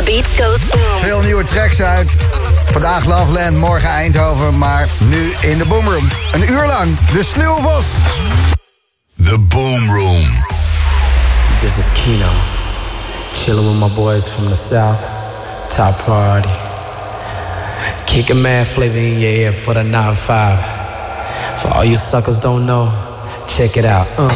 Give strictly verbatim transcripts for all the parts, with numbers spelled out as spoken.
beat goes boom. Veel nieuwe tracks uit. Vandaag Loveland, morgen Eindhoven, maar nu in de Boomroom. Een uur lang, de Sluwe Vos. The Boomroom. This is Kino. Chilling with my boys from the South. Top priority. Kicking mad flavor in your ear for the nine five. For all you suckers don't know, check it out. Uh.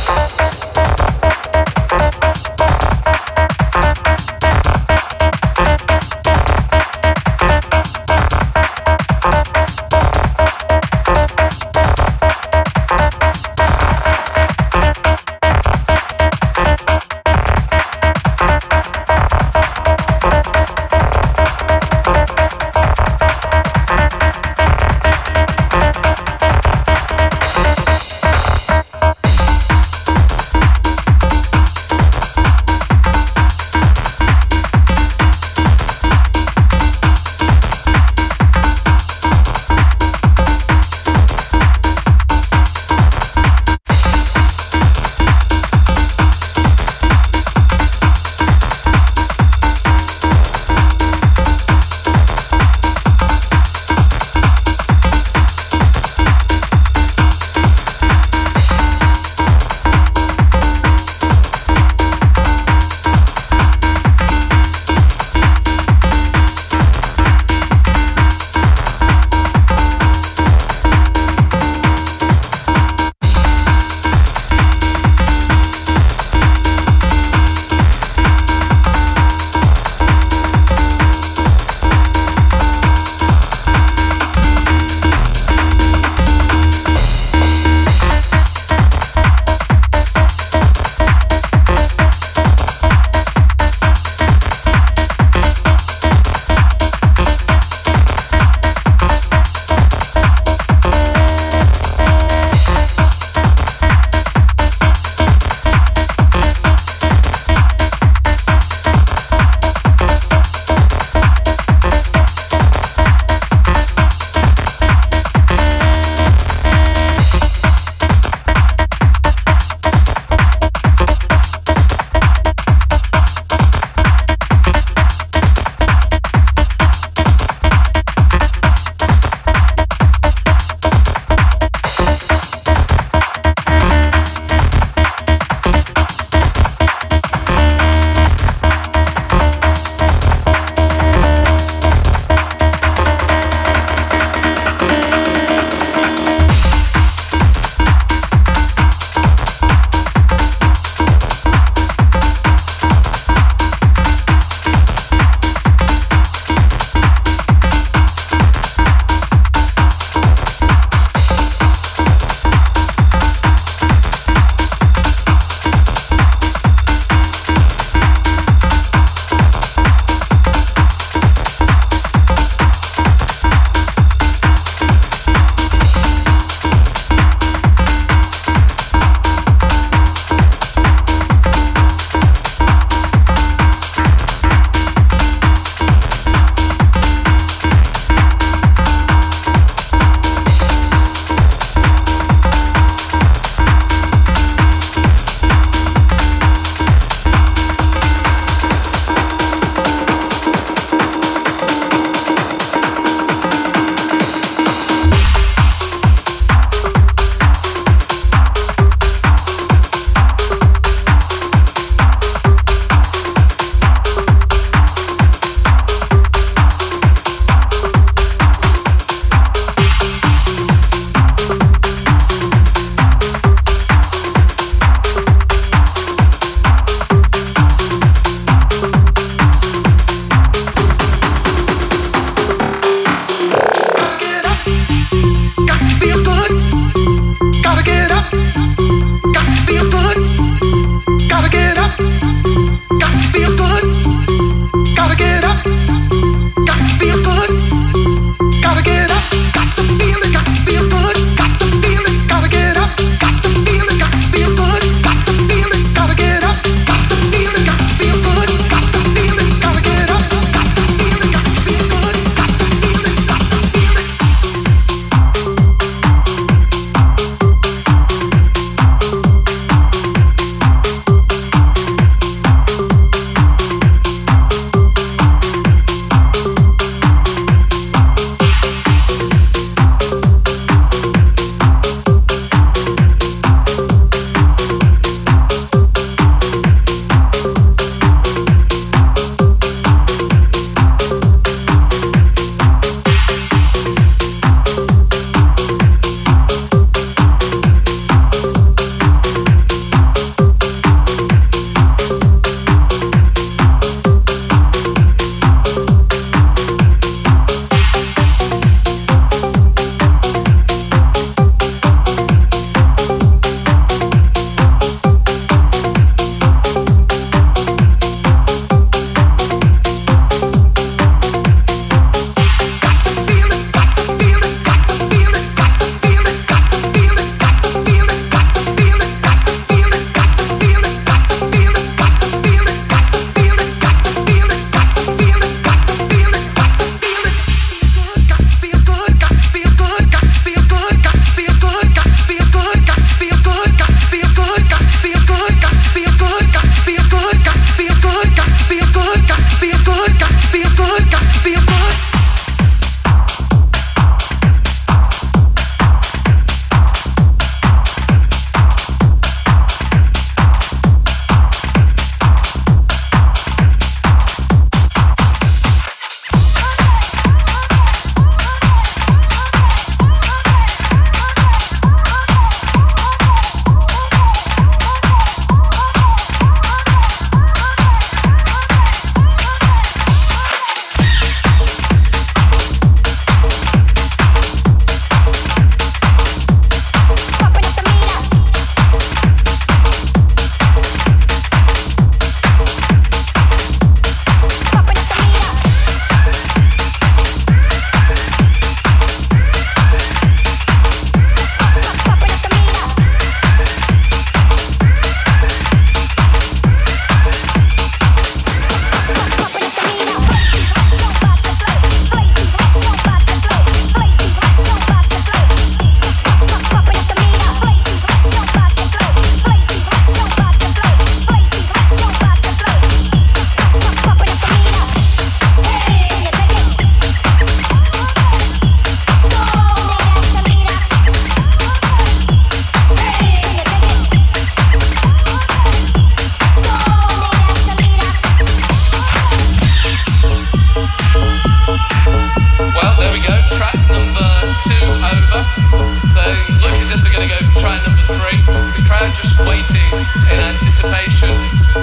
anticipation.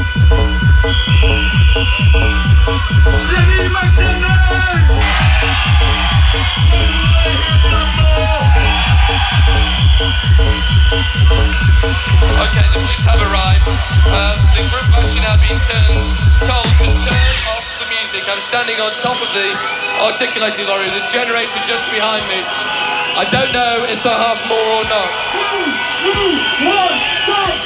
Okay, the police have arrived. Uh, the group have actually now been turned, told to turn off the music. I'm standing on top of the articulating lorry, the generator just behind me. I don't know if they'll have more or not. Two, two, one, stop!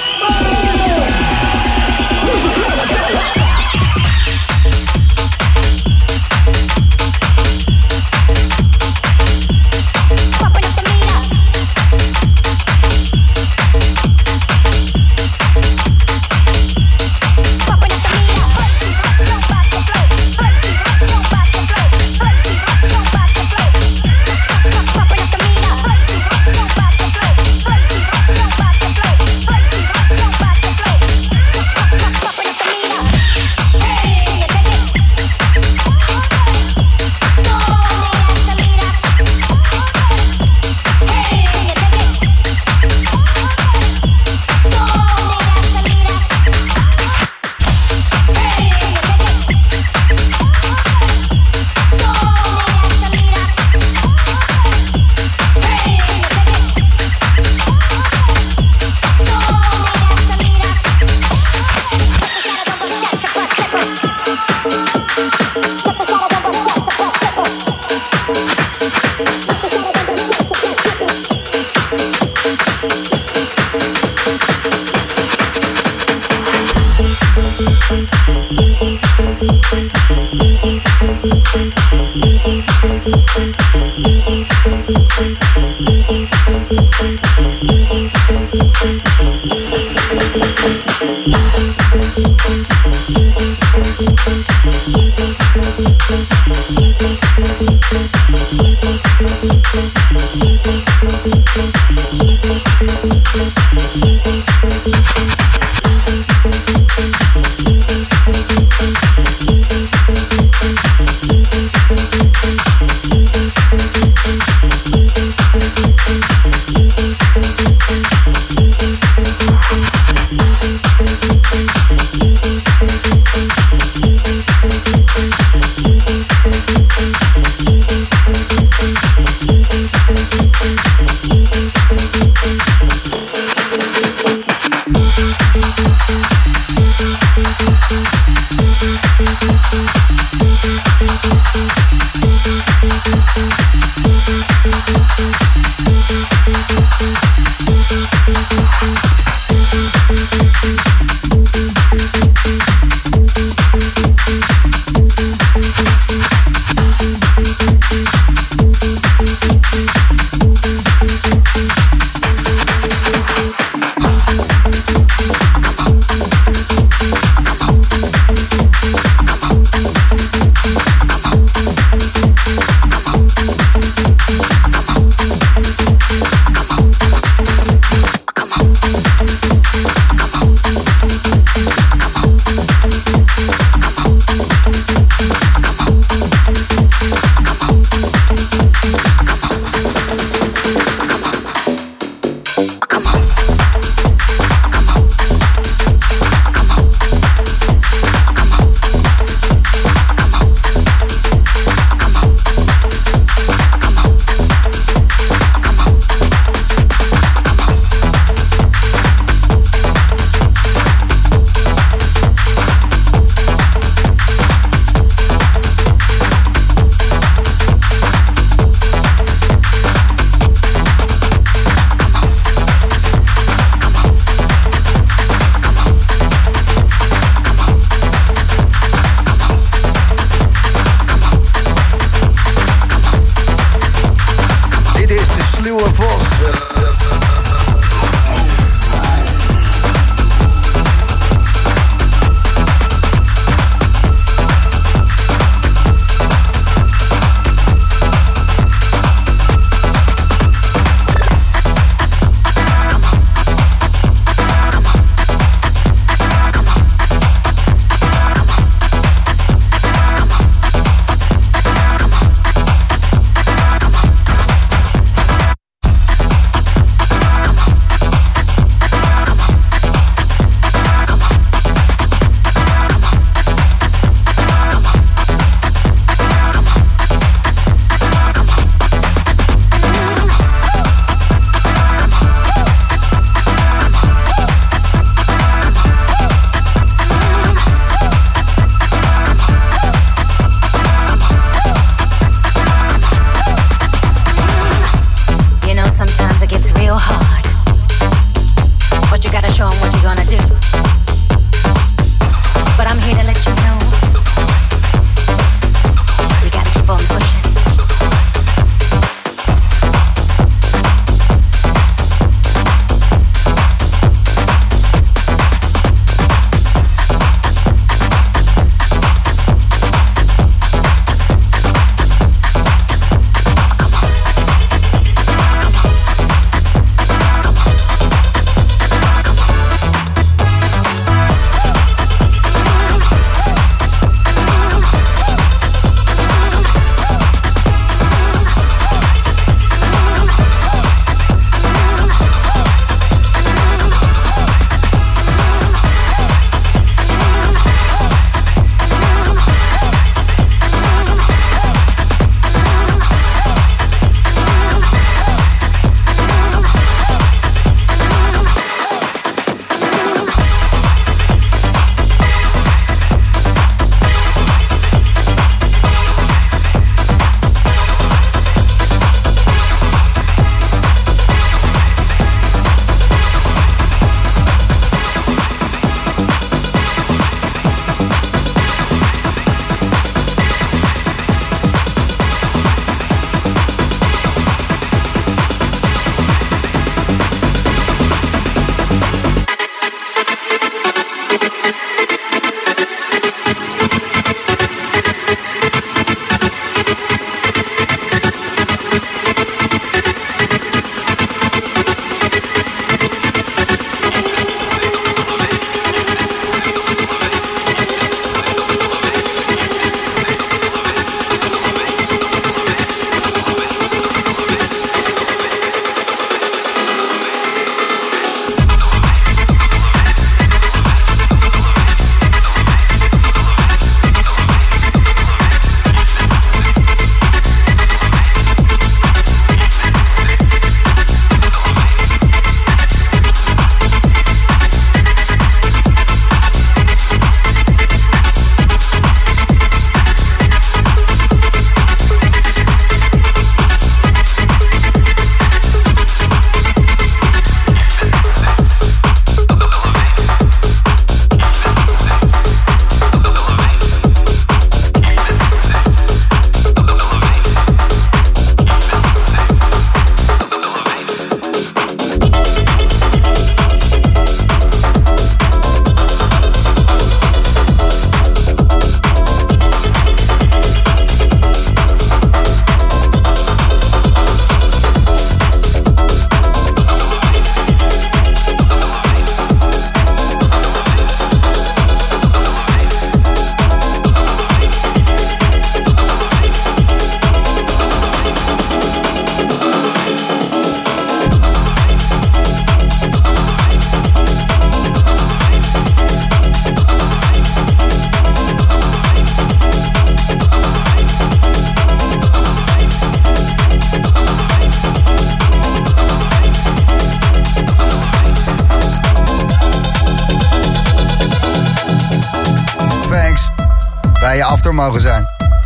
bij je after mogen zijn.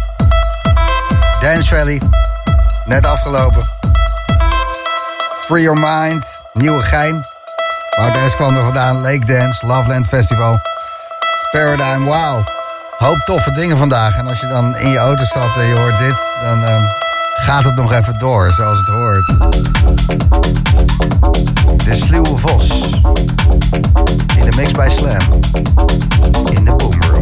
Dance Valley, net afgelopen. Free Your Mind, Nieuwegein. Wout kwam er vandaan, Lake Dance, Loveland Festival. Paradigm, wauw. Hoop toffe dingen vandaag. En als je dan in je auto stapt en je hoort dit, dan uh, gaat het nog even door, zoals het hoort. De Sluwe Vos. In de mix bij Slam. In de Boom Room.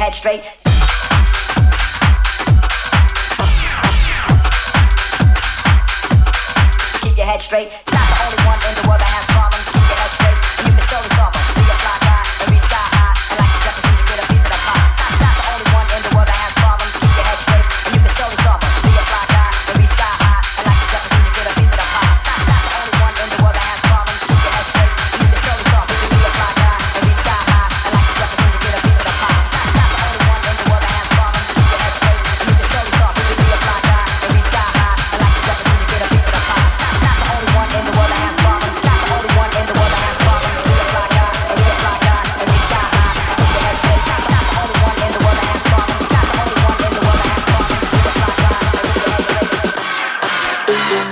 head straight. Keep your head straight. Not the only one in the world that has problems. Keep your head straight, and you can solely solve them. Be a fly guy and reach sky high, and like the Jeffersons, you get a piece of the pie. Not, not the only one in the world that has problems. Keep your head straight, and you can solely solve them. Be a fly guy and reach sky high, and like the Jeffersons, you get a piece of the pie. Not, not the only one in the world that has problems. Keep your head straight, and you can solely solve them. Be a fly guy and reach sky high, and like the Jeffersons, you get a piece of the pie. Not, not the only one in the world that has problems. Keep your head straight, and you can solely solve them. Be a fly guy and reach sky high, and like the Jeffersons, you get a piece of the pie. Not, not the only one in the world that has problems. Not the only one in the world that has problems. Be a fly guy and be a fly guy and reach sky high, and keep your head straight. Not, not the only one in the world that has problems. Not the only one in the world that has problems. Be a fly guy and keep your head straight.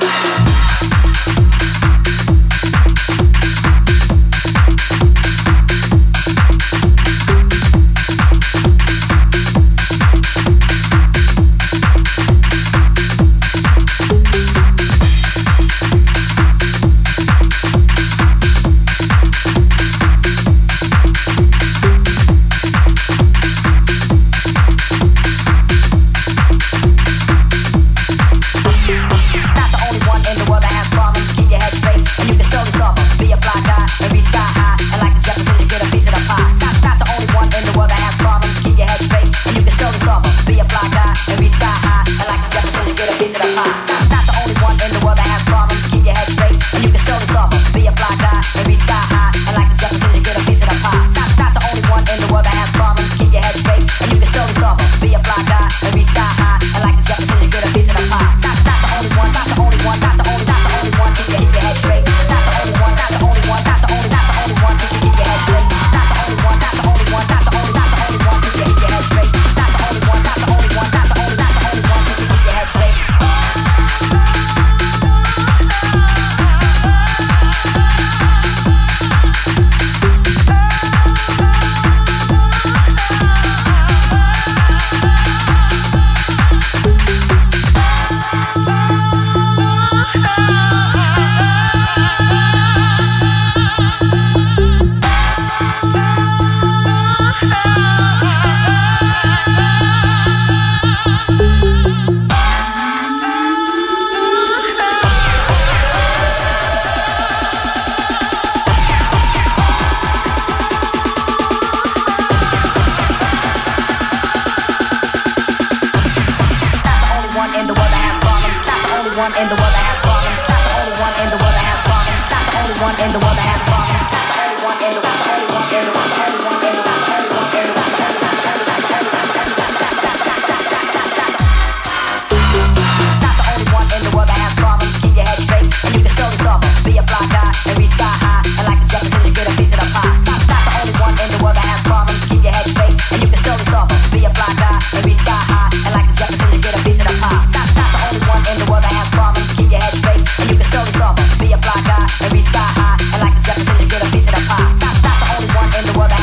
Not the only one in the world that has problems. Keep your head straight, and you can solely solve them. Be a fly guy and reach sky high, and like the Jeffersons, you get a piece of the pie. Not, not the only one in the world that has problems. Keep your head straight, and you can solely solve them. Be a fly guy and reach sky high, and like the Jeffersons, you get a piece of the pie. Not, not the only one in the world that has problems. Keep your head straight, and you can solely solve them. Be a fly guy and reach sky high, and like the Jeffersons, you get a piece of the pie. Not, not the only one in the world that has problems. Keep your head straight, and you can solely solve them. Be a fly guy and reach sky high, and like the Jeffersons, you get a piece of the pie. Not, not the only one, not the only one, not the only, not the only one. Keep your, keep your head straight. Not the only one, not the only one, not the only, not the only one. Keep your, keep your head straight. Not the only one, not the only one, not the only, not the only one. Keep your, keep your head straight. Not the only one, not the only one, not the only, not the only one. Keep your, keep your head straight. One in the world that has problems. Not the only one in the world that has problems. Not the only one in the world that has problems. Not the only one in the world. The only one in the world. The only one in the world. The only one in the world. Not the only one in the world that has problems. Keep your head straight, and you can solely solve them. Be a fly guy and reach sky high, and like the Jeffersons, you get a piece of the pie. Not, not the only one in the world that has problems. Keep your head straight, and you can solely solve them. Be a fly guy and reach sky high, and like the Jeffersons, you get a piece of the pie. Not, not the only one in the world that has problems. Keep your head straight, and you can solely solve them. Be a fly guy and reach sky high, and like the Jeffersons, you get a piece of the pie. Not, not the only one in the world that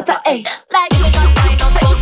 with a A. Like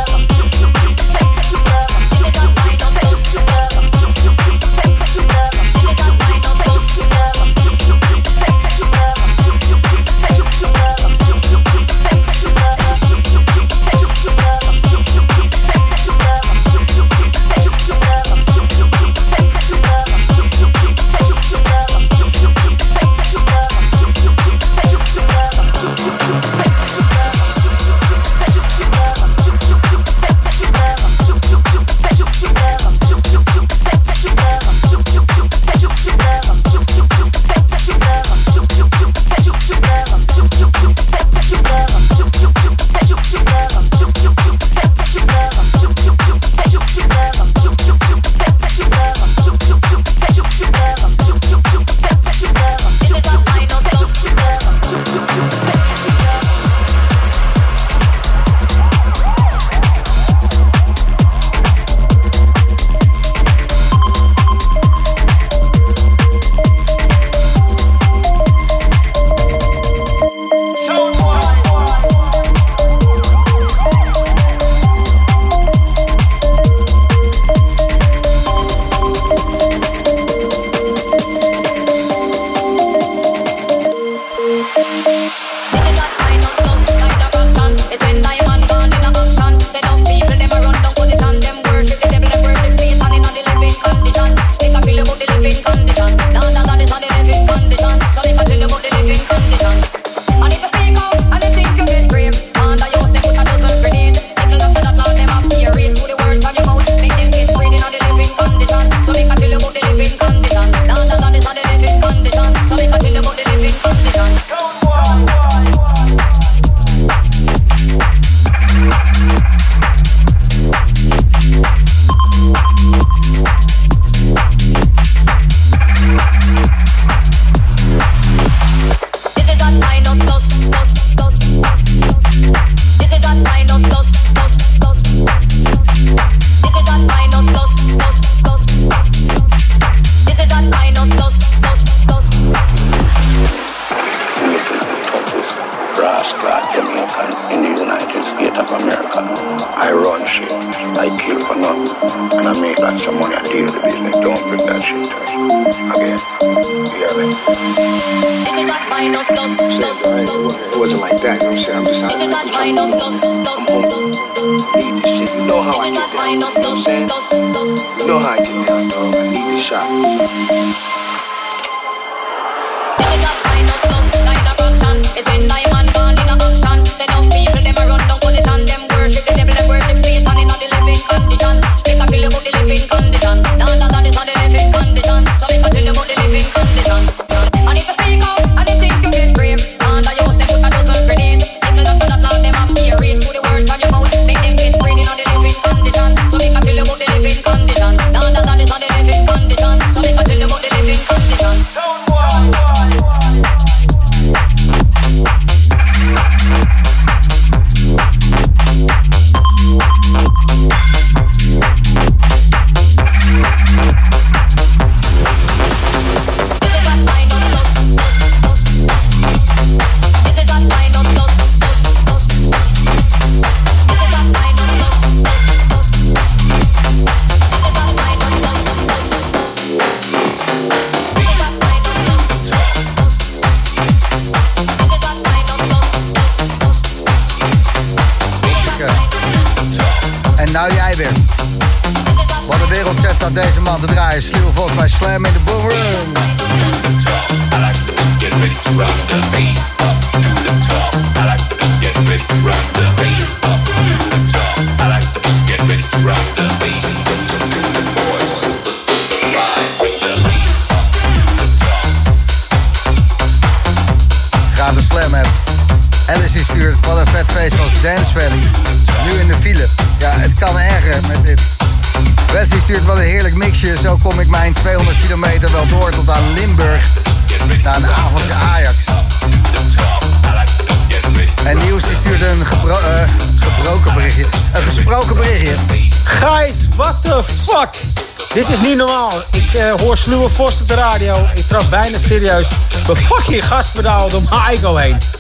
Dit is niet normaal. Ik uh, hoor Sluwe Vos op de radio. Ik trap bijna serieus mijn fucking gaspedaal door mijn eigo heen.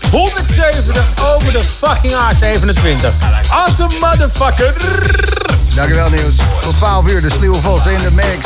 honderdzeventig over de fucking A zevenentwintig. Awesome motherfucker. Dankjewel Niels. Tot twaalf uur de Sluwe Vos in de mix.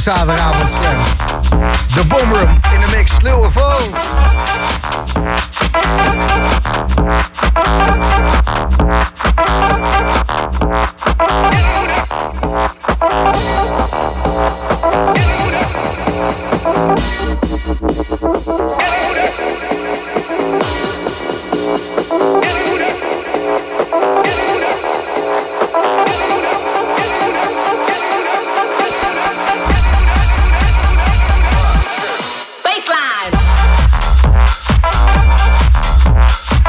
zaterdagavond Slam. De Boom Room in de mix, Sluwe Vogels. Baseline.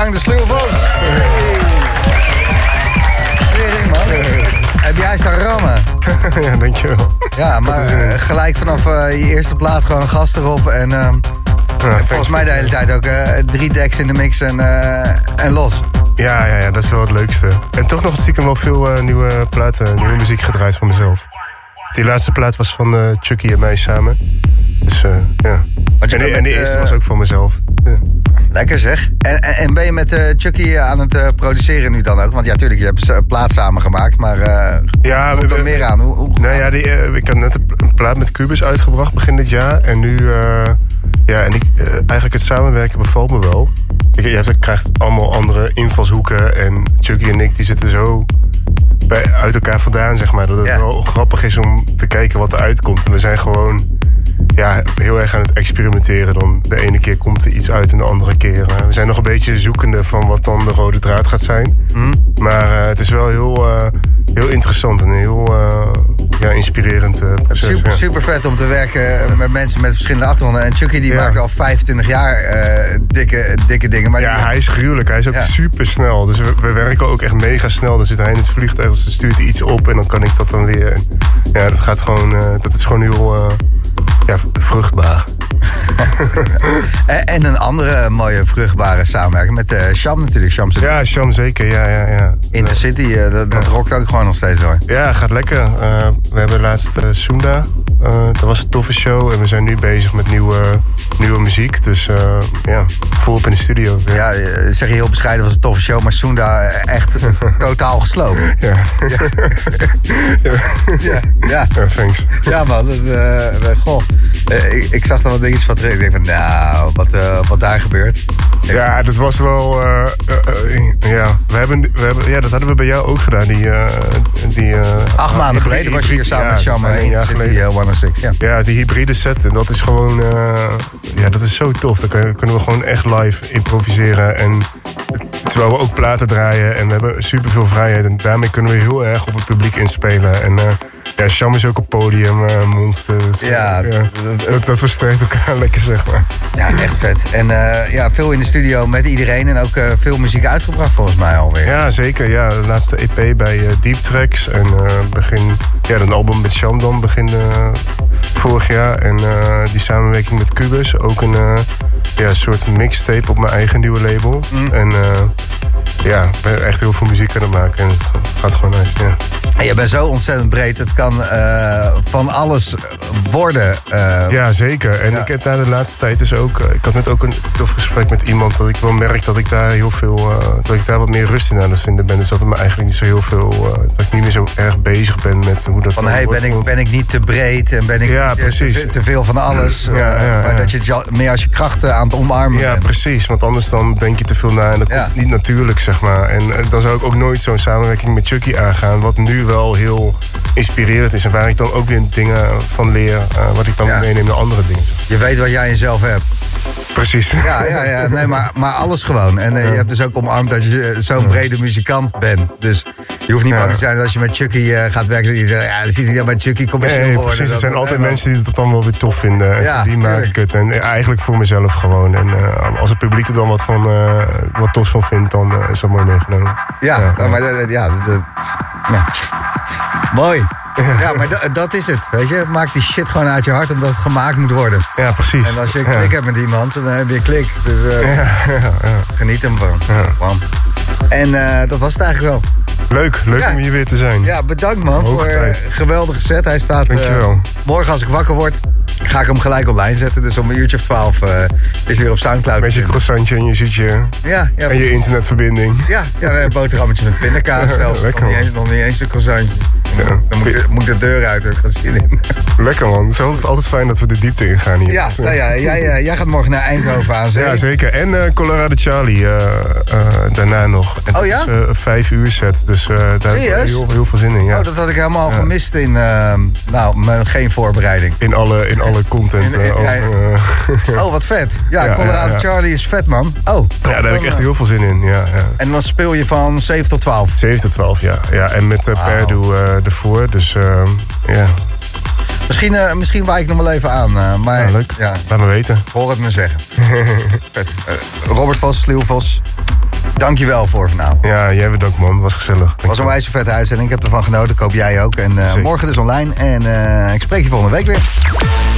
Bedankt de Sluwvos. Hey. Tering, man. Heb jij staan rammen? Ja, dankjewel. Ja, maar uh, gelijk vanaf uh, je eerste plaat gewoon een gast erop. En, uh, ja, en volgens mij de hele tijd ook uh, drie decks in de mix en, uh, en los. Ja, ja, ja, dat is wel het leukste. En toch nog stiekem wel veel uh, nieuwe platen, nieuwe muziek gedraaid van mezelf. Die laatste plaat was van uh, Chucky en mij samen. Dus uh, ja. En, de, met, en de eerste uh, was ook van mezelf. Ja. Lekker zeg. En, en, en ben je met uh, Chucky aan het uh, produceren nu dan ook? Want ja, tuurlijk, je hebt een plaat samengemaakt, maar uh, ja, komt er meer aan? Hoe, hoe nou ja, die, uh, ik had net een plaat met Cubus uitgebracht begin dit jaar. En nu, uh, ja, en ik, uh, eigenlijk het samenwerken bevalt me wel. Je, je, hebt, je krijgt allemaal andere invalshoeken. En Chucky en ik, die zitten zo bij, uit elkaar vandaan, zeg maar. Dat het ja. wel grappig is om te kijken wat er uitkomt. En we zijn gewoon... ja, heel erg aan het experimenteren. Dan de ene keer komt er iets uit en de andere keer... Uh, we zijn nog een beetje zoekende van wat dan de rode draad gaat zijn. Mm. Maar uh, het is wel heel, uh, heel interessant en heel uh, ja, inspirerend uh, proces. Super, ja. super vet om te werken met mensen met verschillende achtergronden. En Chucky die ja. maakt al vijfentwintig jaar uh, dikke, dikke dingen. Maar ja, die... hij is gruwelijk. Hij is ook ja. super snel. Dus we, we werken ook echt mega snel. Dan zit hij in het vliegtuig, dan stuurt hij iets op en dan kan ik dat dan weer. En ja, dat gaat gewoon, uh, dat is gewoon heel... Uh, ja, vruchtbaar. En een andere mooie vruchtbare samenwerking met uh, Sham natuurlijk. Sham ja, Sham zeker. Ja, ja, ja. Intercity, uh, dat, dat ja. rokt ook gewoon nog steeds hoor. Ja, gaat lekker. Uh, we hebben laatst uh, Sunda. Uh, dat was een toffe show. En we zijn nu bezig met nieuwe, nieuwe muziek. Dus uh, ja, volop in de studio. Ja, ja zeg je heel bescheiden, was een toffe show. Maar Sunda echt totaal gesloopt. Ja. Ja. ja. ja. ja. ja thanks. Ja man, dat, uh, goh. Uh, ik, ik zag er wat dingetjes van terug. Ik denk van, nou, wat, uh, wat daar gebeurt. Ja, dat was wel... Uh, uh, uh, ja. We hebben, we hebben, ja, dat hadden we bij jou ook gedaan. Die, uh, die, uh, Acht maanden uh, geleden was je hier samen ja, met Sham in ja, City uh, honderdzes. Ja. ja, die hybride set. En dat is gewoon... Uh, ja, dat is zo tof. Dan kunnen, kunnen we gewoon echt live improviseren. En terwijl we ook platen draaien. En we hebben superveel vrijheid. En daarmee kunnen we heel erg op het publiek inspelen. En... Uh, ja, Sham is ook een podiummonster. Uh, dus, ja, ja dat, dat versterkt elkaar lekker, zeg maar. Ja, echt vet. En uh, ja, veel in de studio met iedereen en ook uh, veel muziek uitgebracht volgens mij alweer. Ja, zeker. Ja, de laatste E P bij uh, Deep Tracks. En uh, begin, ja, een album met Sham dan begin uh, vorig jaar. En uh, die samenwerking met Cubus. Ook een uh, ja, soort mixtape op mijn eigen nieuwe label. Mm. En... Uh, ja, ik ben echt heel veel muziek aan het maken en het gaat gewoon nice, ja. En je bent zo ontzettend breed, het kan uh, van alles worden. Uh, ja, zeker. En ja. ik heb daar de laatste tijd dus ook... Uh, ik had net ook een tof gesprek met iemand dat ik wel merk dat ik daar heel veel... Uh, dat ik daar wat meer rust in aan het vinden ben. Dus dat het me eigenlijk niet zo heel veel... Uh, dat ik niet meer zo erg bezig ben met hoe dat... Van hey, ben ik, ben ik niet te breed en ben ik ja, niet te, te veel van alles. Ja, ja, ja, maar ja. dat je meer als je krachten aan het omarmen ja, bent. Precies. Want anders dan denk je te veel na en dat ja. komt niet natuurlijk, zeg maar. En uh, dan zou ik ook nooit zo'n samenwerking met Chucky aangaan. Wat nu wel heel inspirerend is. En waar ik dan ook weer dingen van leer. Uh, wat ik dan ja. meeneem naar andere dingen. Je weet wat jij in jezelf hebt. Precies. Ja, ja, ja. Nee, maar, maar alles gewoon. En uh, je hebt dus ook omarmd dat je zo'n brede muzikant bent. Dus je hoeft niet bang ja. te zijn dat als je met Chucky uh, gaat werken... dat je zegt, ja, dan ziet hij dan bij Chucky commercieel nee, worden. Precies, er zijn dat, altijd nee, mensen die dat dan wel weer tof vinden. En ja, die maak ik het. En eigenlijk voor mezelf gewoon. En uh, als het publiek er dan wat van uh, wat tofs van vindt, dan uh, is dat mooi meegenomen. Ja, ja, ja. maar uh, ja, de, de, ja. mooi. Ja, maar d- dat is het, weet je. Maak die shit gewoon uit je hart, omdat het gemaakt moet worden. Ja, precies. En als je een klik ja. hebt met iemand, dan heb je een klik. Dus uh, ja, ja, ja. geniet hem van. Ja. En uh, dat was het eigenlijk wel. Leuk, leuk ja. om hier weer te zijn. Ja, bedankt man voor een uh, geweldige set. Hij staat uh, morgen als ik wakker word, ga ik hem gelijk online zetten. Dus om een uurtje of twaalf uh, is hij weer op Soundcloud. Met je croissantje en je zoetje. Ja, ja, en je internetverbinding. Ja, ja een boterhammetje met pindakaas zelfs. Lekker, nog, niet eens, nog niet eens een croissantje. Ja. Dan moet ik, moet ik de deur uit, ik ga zin in. Lekker man, het is altijd fijn dat we de diepte ingaan hier. Ja, nou ja jij, uh, jij gaat morgen naar Eindhoven aan zee. Ja, zeker. En uh, Colorado Charlie uh, uh, daarna nog. En oh ja? Dat is uh, een vijf uur set, dus uh, daar heb ik heel, heel veel zin in. Ja. Oh, dat had ik helemaal ja. gemist in, uh, nou, mijn, geen voorbereiding. In alle, in alle content. In, in, uh, over, uh, oh, wat vet. Ja, ja Colorado ja, ja. Charlie is vet, man. Oh. Ja, daar heb ik echt heel veel zin in, ja. ja. En dan speel je van zeven tot twaalf? zeven tot twaalf, ja. ja. En met uh, wow. Perdu uh, ervoor, dus ja. Uh, yeah. Misschien, uh, misschien waai ik nog wel even aan. Uh, maar, ja, leuk. Ja, laat me weten. Hoor het me zeggen. uh, Robert Vos, Sluwvos. Dankjewel voor vanavond. Ja, jij bent ook, man. Was gezellig. Het was een wijze vette uitzending. Ik heb ervan genoten. Ik hoop jij ook. En uh, morgen dus online. En uh, ik spreek je volgende week weer.